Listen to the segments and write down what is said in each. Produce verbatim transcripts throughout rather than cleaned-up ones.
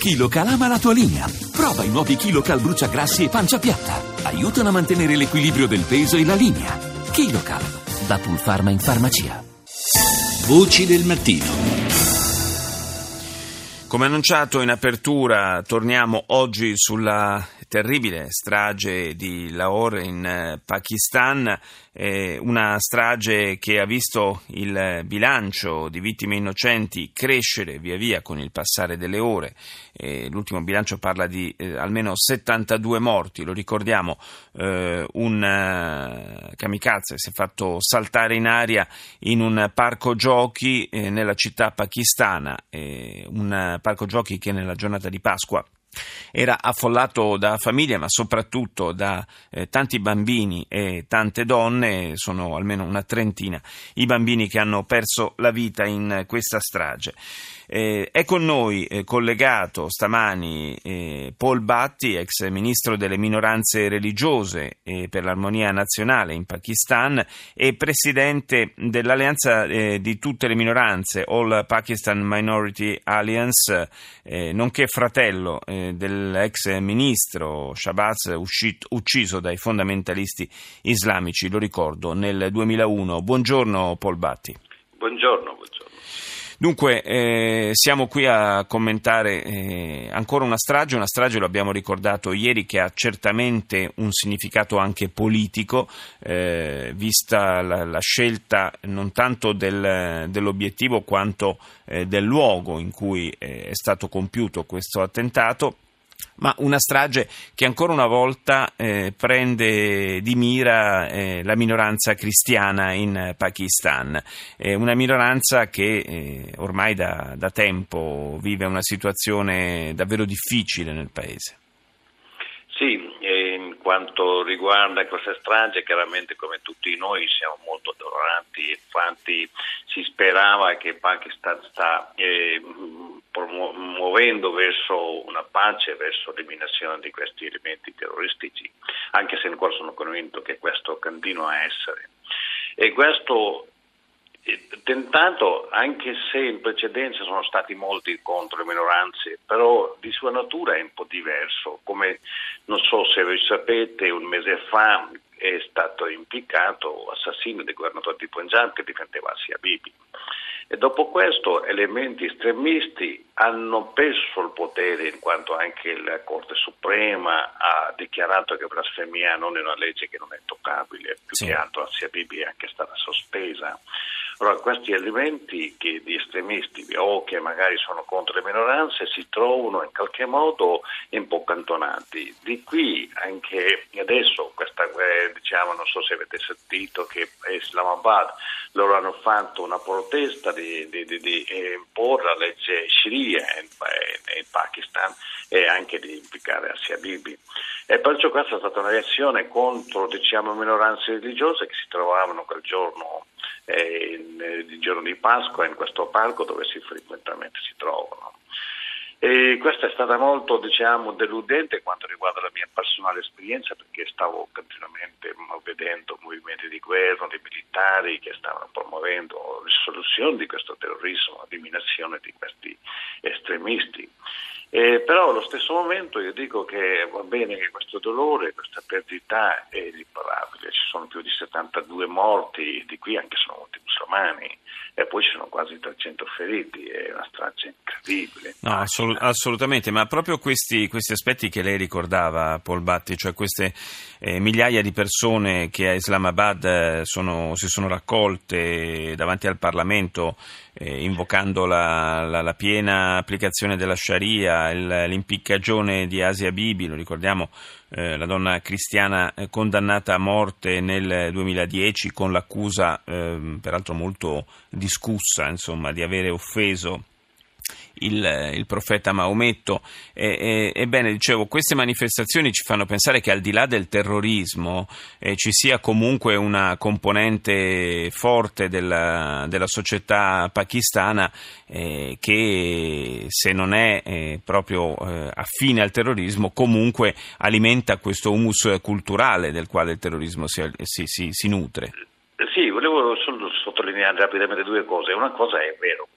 KiloCal ama la tua linea. Prova i nuovi KiloCal bruciagrassi e pancia piatta. Aiutano a mantenere l'equilibrio del peso e la linea. KiloCal, da Pulpharma in farmacia. Voci del mattino. Come annunciato in apertura, torniamo oggi sulla terribile strage di Lahore in Pakistan, eh, una strage che ha visto il bilancio di vittime innocenti crescere via via con il passare delle ore. Eh, l'ultimo bilancio parla di eh, almeno settantadue morti, lo ricordiamo, eh, un uh, kamikaze si è fatto saltare in aria in un parco giochi eh, nella città pakistana, eh, un parco giochi che nella giornata di Pasqua era affollato da famiglie, ma soprattutto da eh, tanti bambini e tante donne. Sono almeno una trentina i bambini che hanno perso la vita in questa strage. Eh, è con noi eh, collegato stamani eh, Paul Bhatti, ex ministro delle minoranze religiose e per l'armonia nazionale in Pakistan e presidente dell'alleanza eh, di tutte le minoranze, All Pakistan Minority Alliance, eh, nonché fratello eh, dell'ex ministro Shahbaz, uscito, ucciso dai fondamentalisti islamici, lo ricordo, nel duemilauno. Buongiorno Paul Bhatti. Buongiorno, buongiorno. Dunque, eh, siamo qui a commentare eh, ancora una strage, una strage, lo abbiamo ricordato ieri, che ha certamente un significato anche politico, eh, vista la, la scelta non tanto del, dell'obiettivo quanto eh, del luogo in cui eh, è stato compiuto questo attentato. Ma una strage che ancora una volta eh, prende di mira eh, la minoranza cristiana in Pakistan, eh, una minoranza che eh, ormai da, da tempo vive una situazione davvero difficile nel paese. Sì, eh, in quanto riguarda questa strage, chiaramente come tutti noi siamo molto dolorati, infatti si sperava che il Pakistan sta eh, muovendo verso una pace, verso l'eliminazione di questi elementi terroristici, anche se ancora sono convinto che questo continua a essere. E questo tentato, anche se in precedenza sono stati molti contro le minoranze, però di sua natura è un po' diverso. Come non so se voi sapete, un mese fa è stato impiccato assassino del governatore di Punjab che difendeva Asia Bibi. E dopo questo elementi estremisti hanno perso il potere, in quanto anche la Corte Suprema ha dichiarato che blasfemia non è una legge che non è toccabile, più sì. che altro Asia Bibi è anche stata sospesa. Allora questi elementi che, di estremisti o che magari sono contro le minoranze si trovano in qualche modo un po' cantonati. Di qui anche adesso questa, eh, diciamo, non so se avete sentito che Islamabad loro hanno fatto una protesta di, di, di, di imporre la legge Sharia in, in Pakistan e anche di implicare Asia Bibi. E perciò questa è stata una reazione contro, diciamo, minoranze religiose che si trovavano quel giorno, eh, il giorno di Pasqua, in questo parco dove si frequentemente si trovano. E questa è stata molto, diciamo, deludente quanto riguarda la mia personale esperienza, perché stavo continuamente vedendo movimenti di guerra, di militari che stavano promuovendo risoluzione di questo terrorismo, eliminazione di questi estremisti. Eh, però allo stesso momento io dico che va bene che questo dolore, questa perdita è irriparabile. Ci sono più di settantadue morti, di cui anche sono molti musulmani, e poi ci sono quasi trecento feriti, è una strage incredibile. No, assolut- assolutamente, ma proprio questi, questi aspetti che lei ricordava, Paul Bhatti, cioè queste eh, migliaia di persone che a Islamabad eh, sono, si sono raccolte davanti al Parlamento eh, invocando la, la, la piena applicazione della Sharia, il, l'impiccagione di Asia Bibi, lo ricordiamo, eh, la donna cristiana eh, condannata a morte nel duemiladieci con l'accusa, eh, peraltro molto discussa, insomma, di avere offeso Il, il profeta Maometto. Ebbene, dicevo, queste manifestazioni ci fanno pensare che al di là del terrorismo eh, ci sia comunque una componente forte della, della società pakistana eh, che, se non è eh, proprio eh, affine al terrorismo, comunque alimenta questo humus culturale del quale il terrorismo si, si, si, si nutre. Sì, volevo solo sottolineare rapidamente due cose. Una cosa è vero questo,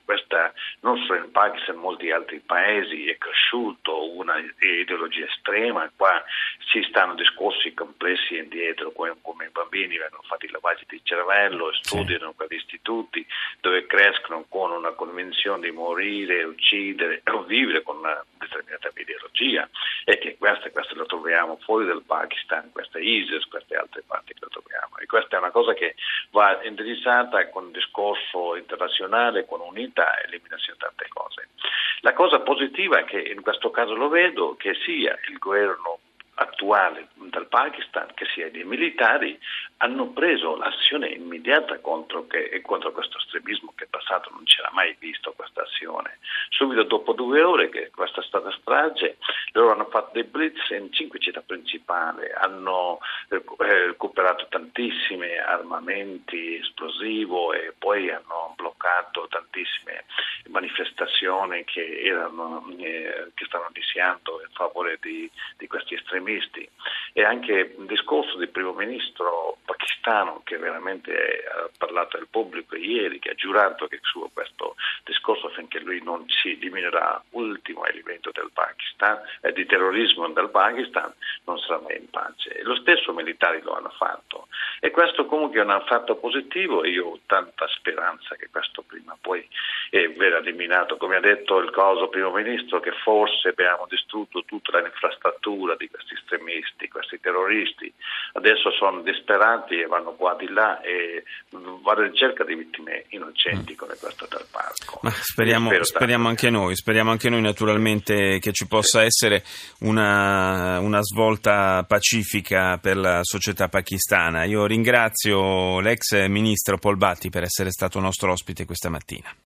questa, non solo in Pakistan, in molti altri paesi è cresciuto una ideologia estrema. Qua ci stanno discorsi complessi indietro, come, come i bambini vengono fatti lavaggi di cervello, studiano per gli istituti dove crescono con una convinzione di morire, uccidere o vivere con una determinata ideologia, e che questa, questa lo troviamo fuori dal Pakistan, questa ISIS, queste altre parti che lo troviamo, e questa è una cosa che va indirizzata con un discorso internazionale, con unità e eliminazione di tante cose. La cosa positiva è che in questo caso lo vedo che sia il governo attuale dal Pakistan che sia dei militari hanno preso l'azione immediata contro, che, contro questo estremismo che in passato non c'era mai visto questa azione. Subito dopo due ore che questa è stata strage, loro hanno fatto dei blitz in cinque città principali, hanno eh, recuperato tantissimi armamenti esplosivo e poi hanno bloccato tantissime manifestazioni che erano eh, che stavano iniziando in favore di, di questi estremisti. E anche un discorso del primo ministro pakistano che veramente ha parlato al pubblico ieri, che ha giurato che su questo discorso finché lui non si diminuirà l'ultimo elemento del Pakistan e eh, di terrorismo del Pakistan non sarà mai in pace. E lo stesso i militari lo hanno fatto, e questo comunque è un fatto positivo, e io ho tanta speranza che questo prima o poi eh, verrà eliminato. Come ha detto il coso primo ministro, che forse abbiamo distrutto tutta l'infrastruttura di questi estremisti, questi terroristi, adesso sono disperati e vanno qua di là e vanno in cerca di vittime innocenti mm. come questa del parco. Ma speriamo, speriamo anche noi, speriamo anche noi naturalmente che ci possa essere una, una svolta pacifica per la società pakistana. Io ringrazio l'ex ministro Paul Bhatti per essere stato nostro ospite questa mattina.